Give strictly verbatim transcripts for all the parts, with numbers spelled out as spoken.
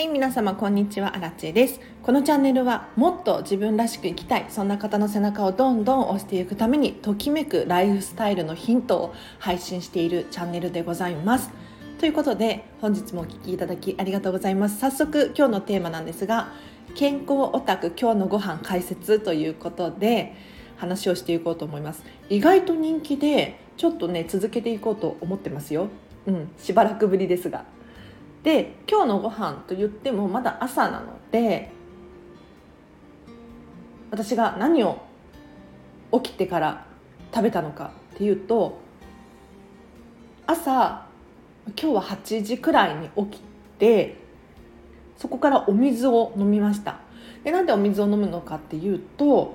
はい、皆様こんにちは、アラチェです。このチャンネルはもっと自分らしく生きたい、そんな方の背中をどんどん押していくためにときめくライフスタイルのヒントを配信しているチャンネルでございます。ということで本日もお聞きいただきありがとうございます。早速今日のテーマなんですが、健康オタク今日のご飯解説ということで話をしていこうと思います。意外と人気でちょっとね続けていこうと思ってますよ。うん、しばらくぶりですが。で、今日のご飯と言ってもまだ朝なので、私が何を起きてから食べたのかっていうと、朝今日ははちじくらいに起きて、そこからお水を飲みました。で、なんでお水を飲むのかっていうと、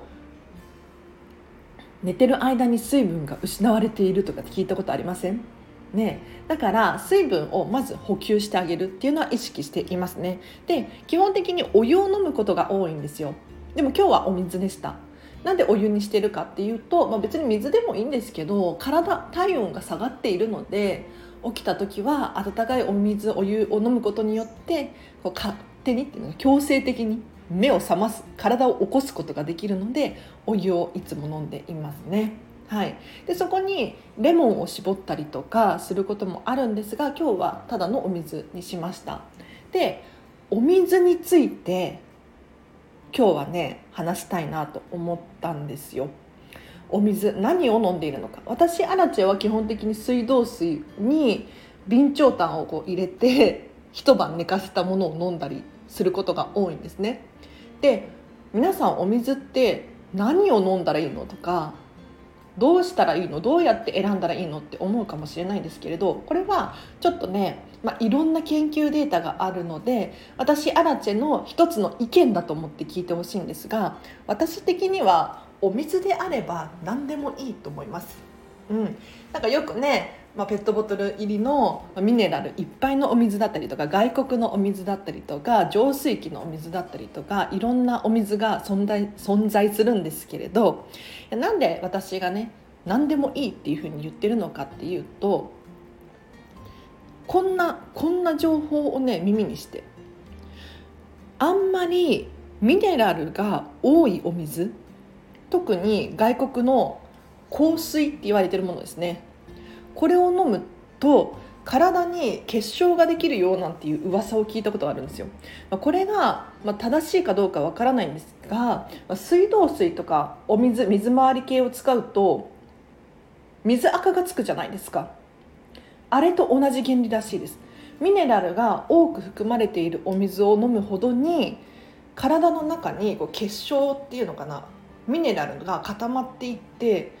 寝てる間に水分が失われているとかって聞いたことありません？ね、だから水分をまず補給してあげるっていうのは意識していますね。で、基本的にお湯を飲むことが多いんですよ。でも今日はお水でした。なんでお湯にしてるかっていうと、まあ、別に水でもいいんですけど、体体温が下がっているので、起きた時は温かいお水お湯を飲むことによってこう勝手にっていうのが強制的に目を覚ます、体を起こすことができるので、お湯をいつも飲んでいますね。はい、でそこにレモンを絞ったりとかすることもあるんですが、今日はただのお水にしました。で、お水について今日はね話したいなと思ったんですよ。お水、何を飲んでいるのか。私アラチェは基本的に水道水に備長炭をこう入れて一晩寝かせたものを飲んだりすることが多いんですね。で、皆さんお水って何を飲んだらいいのとか、どうしたらいいの、どうやって選んだらいいのって思うかもしれないんですけれど、これはちょっとね、まあ、いろんな研究データがあるので、私アラチェの一つの意見だと思って聞いてほしいんですが、私的にはお水であれば何でもいいと思います。うん、なんかよくね、まあ、ペットボトル入りのミネラルいっぱいのお水だったりとか、外国のお水だったりとか、浄水器のお水だったりとか、いろんなお水が存在、存在するんですけれど、なんで私がね何でもいいっていうふうに言ってるのかっていうと、こんなこんな情報をね耳にして、あんまりミネラルが多いお水、特に外国の硬水って言われてるものですね、これを飲むと体に結晶ができるよなんていう噂を聞いたことがあるんですよ。これが正しいかどうかわからないんですが、水道水とかお水、水回り系を使うと水垢がつくじゃないですか。あれと同じ原理らしいです。ミネラルが多く含まれているお水を飲むほどに、体の中にこう結晶っていうのかな、ミネラルが固まっていって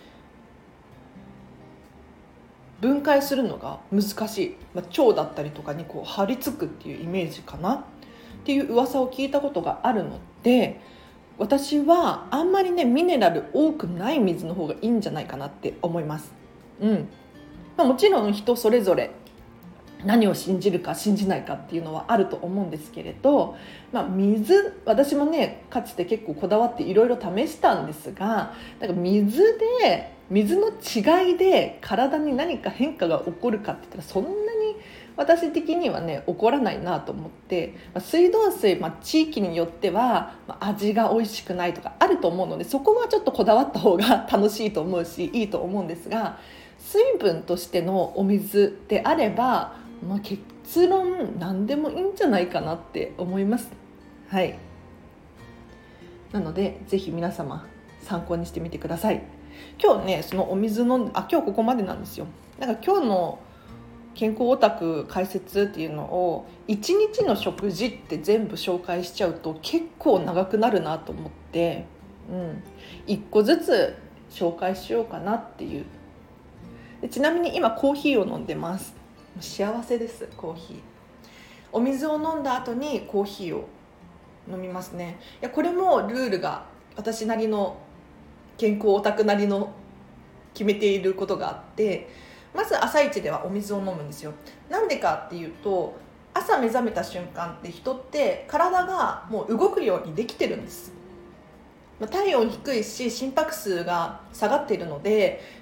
分解するのが難しい、まあ、腸だったりとかにこう張り付くっていうイメージかなっていう噂を聞いたことがあるので、私はあんまりねミネラル多くない水の方がいいんじゃないかなって思います。うんまあ、もちろん人それぞれ何を信じるか信じないかっていうのはあると思うんですけれど、まあ、水、私もねかつて結構こだわっていろいろ試したんですが、なんか水で水の違いで体に何か変化が起こるかって言ったら、そんなに私的にはね起こらないなと思って、まあ、水道水、まあ、地域によっては、まあ、味が美味しくないとかあると思うので、そこはちょっとこだわった方が楽しいと思うしいいと思うんですが、水分としてのお水であれば、まあ、結論何でもいいんじゃないかなって思います。はい、なのでぜひ皆様参考にしてみてください。今日ねそのお水のあ今日ここまでなんですよ。なんか今日の健康オタク解説っていうのをいちにちの食事って全部紹介しちゃうと結構長くなるなと思って、うん、いっこずつ紹介しようかなっていう。でちなみに今コーヒーを飲んでます。幸せです。コーヒー、お水を飲んだ後にコーヒーを飲みますね。いやこれもルールが私なりの健康オタクなりの決めていることがあって、まず朝一ではお水を飲むんですよ。なんでかっていうと、朝目覚めた瞬間って人って体がもう動くようにできてるんです。体温低いし心拍数が下がっているので、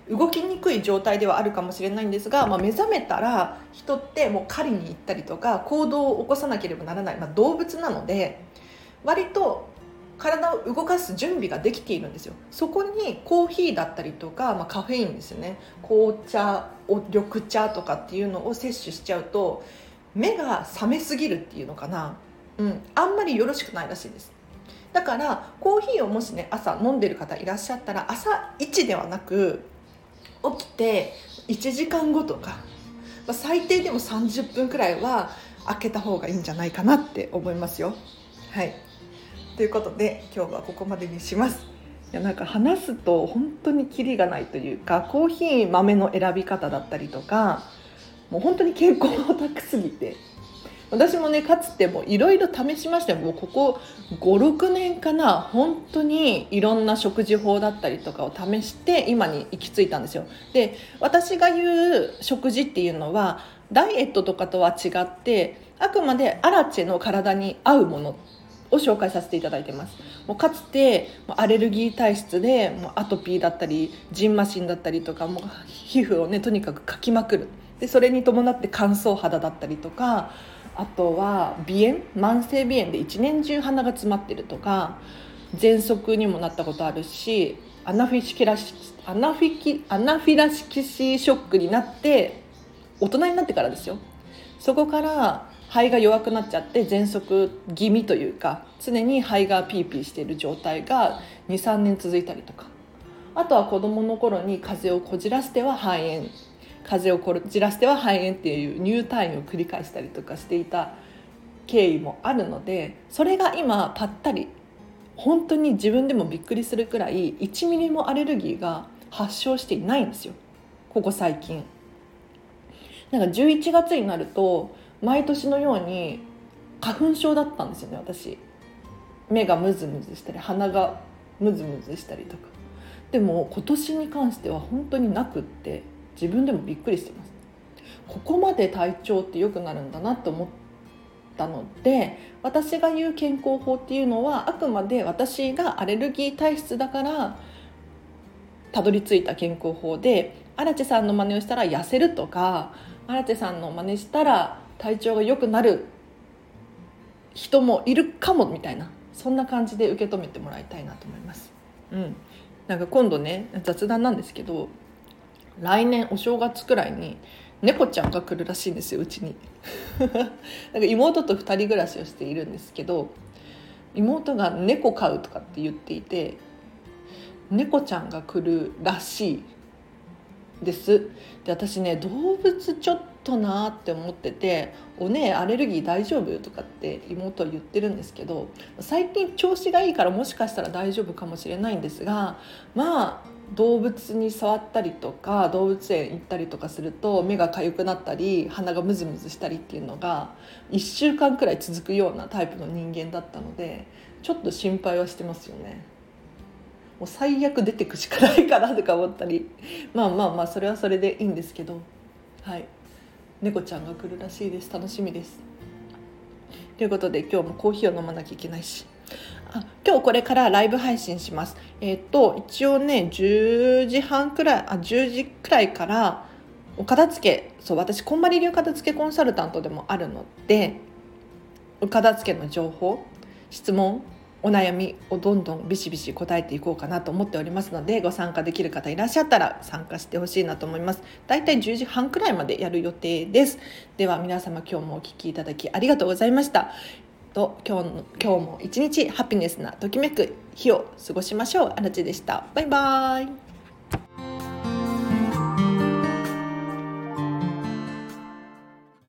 動きにくい状態ではあるかもしれないんですが、まあ、目覚めたら人ってもう狩りに行ったりとか行動を起こさなければならない、まあ、動物なので割と体を動かす準備ができているんですよ。そこにコーヒーだったりとか、まあ、カフェインですよね、紅茶、緑茶とかっていうのを摂取しちゃうと目が覚めすぎるっていうのかな、うん、あんまりよろしくないらしいです。だからコーヒーをもしね朝飲んでる方いらっしゃったら朝いちではなく起きていちじかんごとか、まあ、最低でもさんじゅっぷんくらいは開けた方がいいんじゃないかなって思いますよ。はい、ということで今日はここまでにします。いやなんか話すと本当にキリがないというか、コーヒー豆の選び方だったりとかもう本当に健康オタクすぎて、私もねかつてもいろいろ試しましたよ。もうここごろくねんかな、本当にいろんな食事法だったりとかを試して今に行き着いたんですよ。で、私が言う食事っていうのはダイエットとかとは違ってあくまでアラチェの体に合うものを紹介させていただいてます。もうかつてアレルギー体質でもうアトピーだったりジンマシンだったりとか、もう皮膚をねとにかくかきまくる。でそれに伴って乾燥肌だったりとか、あとは鼻炎、慢性鼻炎で一年中鼻が詰まってるとか、喘息にもなったことあるし、アナフィシキラシアナフィキアナフィラキシーショックになって大人になってからですよ。そこから肺が弱くなっちゃって喘息気味というか、常に肺がピーピーしている状態が にさんねん続いたりとか、あとは子どもの頃に風邪をこじらせては肺炎、風邪をこじらせては肺炎っていう入退院を繰り返したりとかしていた経緯もあるので、それが今ぱったり本当に自分でもびっくりするくらいいちミリもアレルギーが発症していないんですよ、ここ最近。なんかじゅういちがつになると毎年のように花粉症だったんですよね。私目がムズムズしたり鼻がムズムズしたりとか。でも今年に関しては本当になくって、自分でもびっくりしてます。ここまで体調って良くなるんだなと思ったので、私が言う健康法っていうのはあくまで私がアレルギー体質だからたどり着いた健康法で、アラチェさんの真似をしたら痩せるとか、アラチェさんの真似したら体調が良くなる人もいるかもみたいな、そんな感じで受け止めてもらいたいなと思います。うん、なんか今度ね雑談なんですけど、来年お正月くらいに猫ちゃんが来るらしいんですよ、うちになんか妹とふたり暮らしをしているんですけど、妹が猫飼うとかって言っていて、猫ちゃんが来るらしいです。で私ね動物ちょっとなって思ってて、おねえアレルギー大丈夫とかって妹は言ってるんですけど、最近調子がいいからもしかしたら大丈夫かもしれないんですが、まあ動物に触ったりとか動物園行ったりとかすると目が痒くなったり鼻がムズムズしたりっていうのがいっしゅうかんくらい続くようなタイプの人間だったので、ちょっと心配はしてますよね。もう最悪出てくしかないかなとか思ったり、まあまあまあそれはそれでいいんですけど、はい、猫ちゃんが来るらしいです。楽しみです。ということで今日もコーヒーを飲まなきゃいけないし、あ今日これからライブ配信します。えっと一応ねじゅうじはんくらいあじゅうじくらいからお片付け、そう私こんまり流片付けコンサルタントでもあるので、お片付けの情報、質問、お悩みをどんどんビシビシ答えていこうかなと思っておりますので、ご参加できる方いらっしゃったら参加してほしいなと思います。だいたいじゅうじはんくらいまでやる予定です。では皆様今日もお聞きいただきありがとうございました。と今日の今日も一日ハピネスなときめく日を過ごしましょう。あらちでした。バイバイ。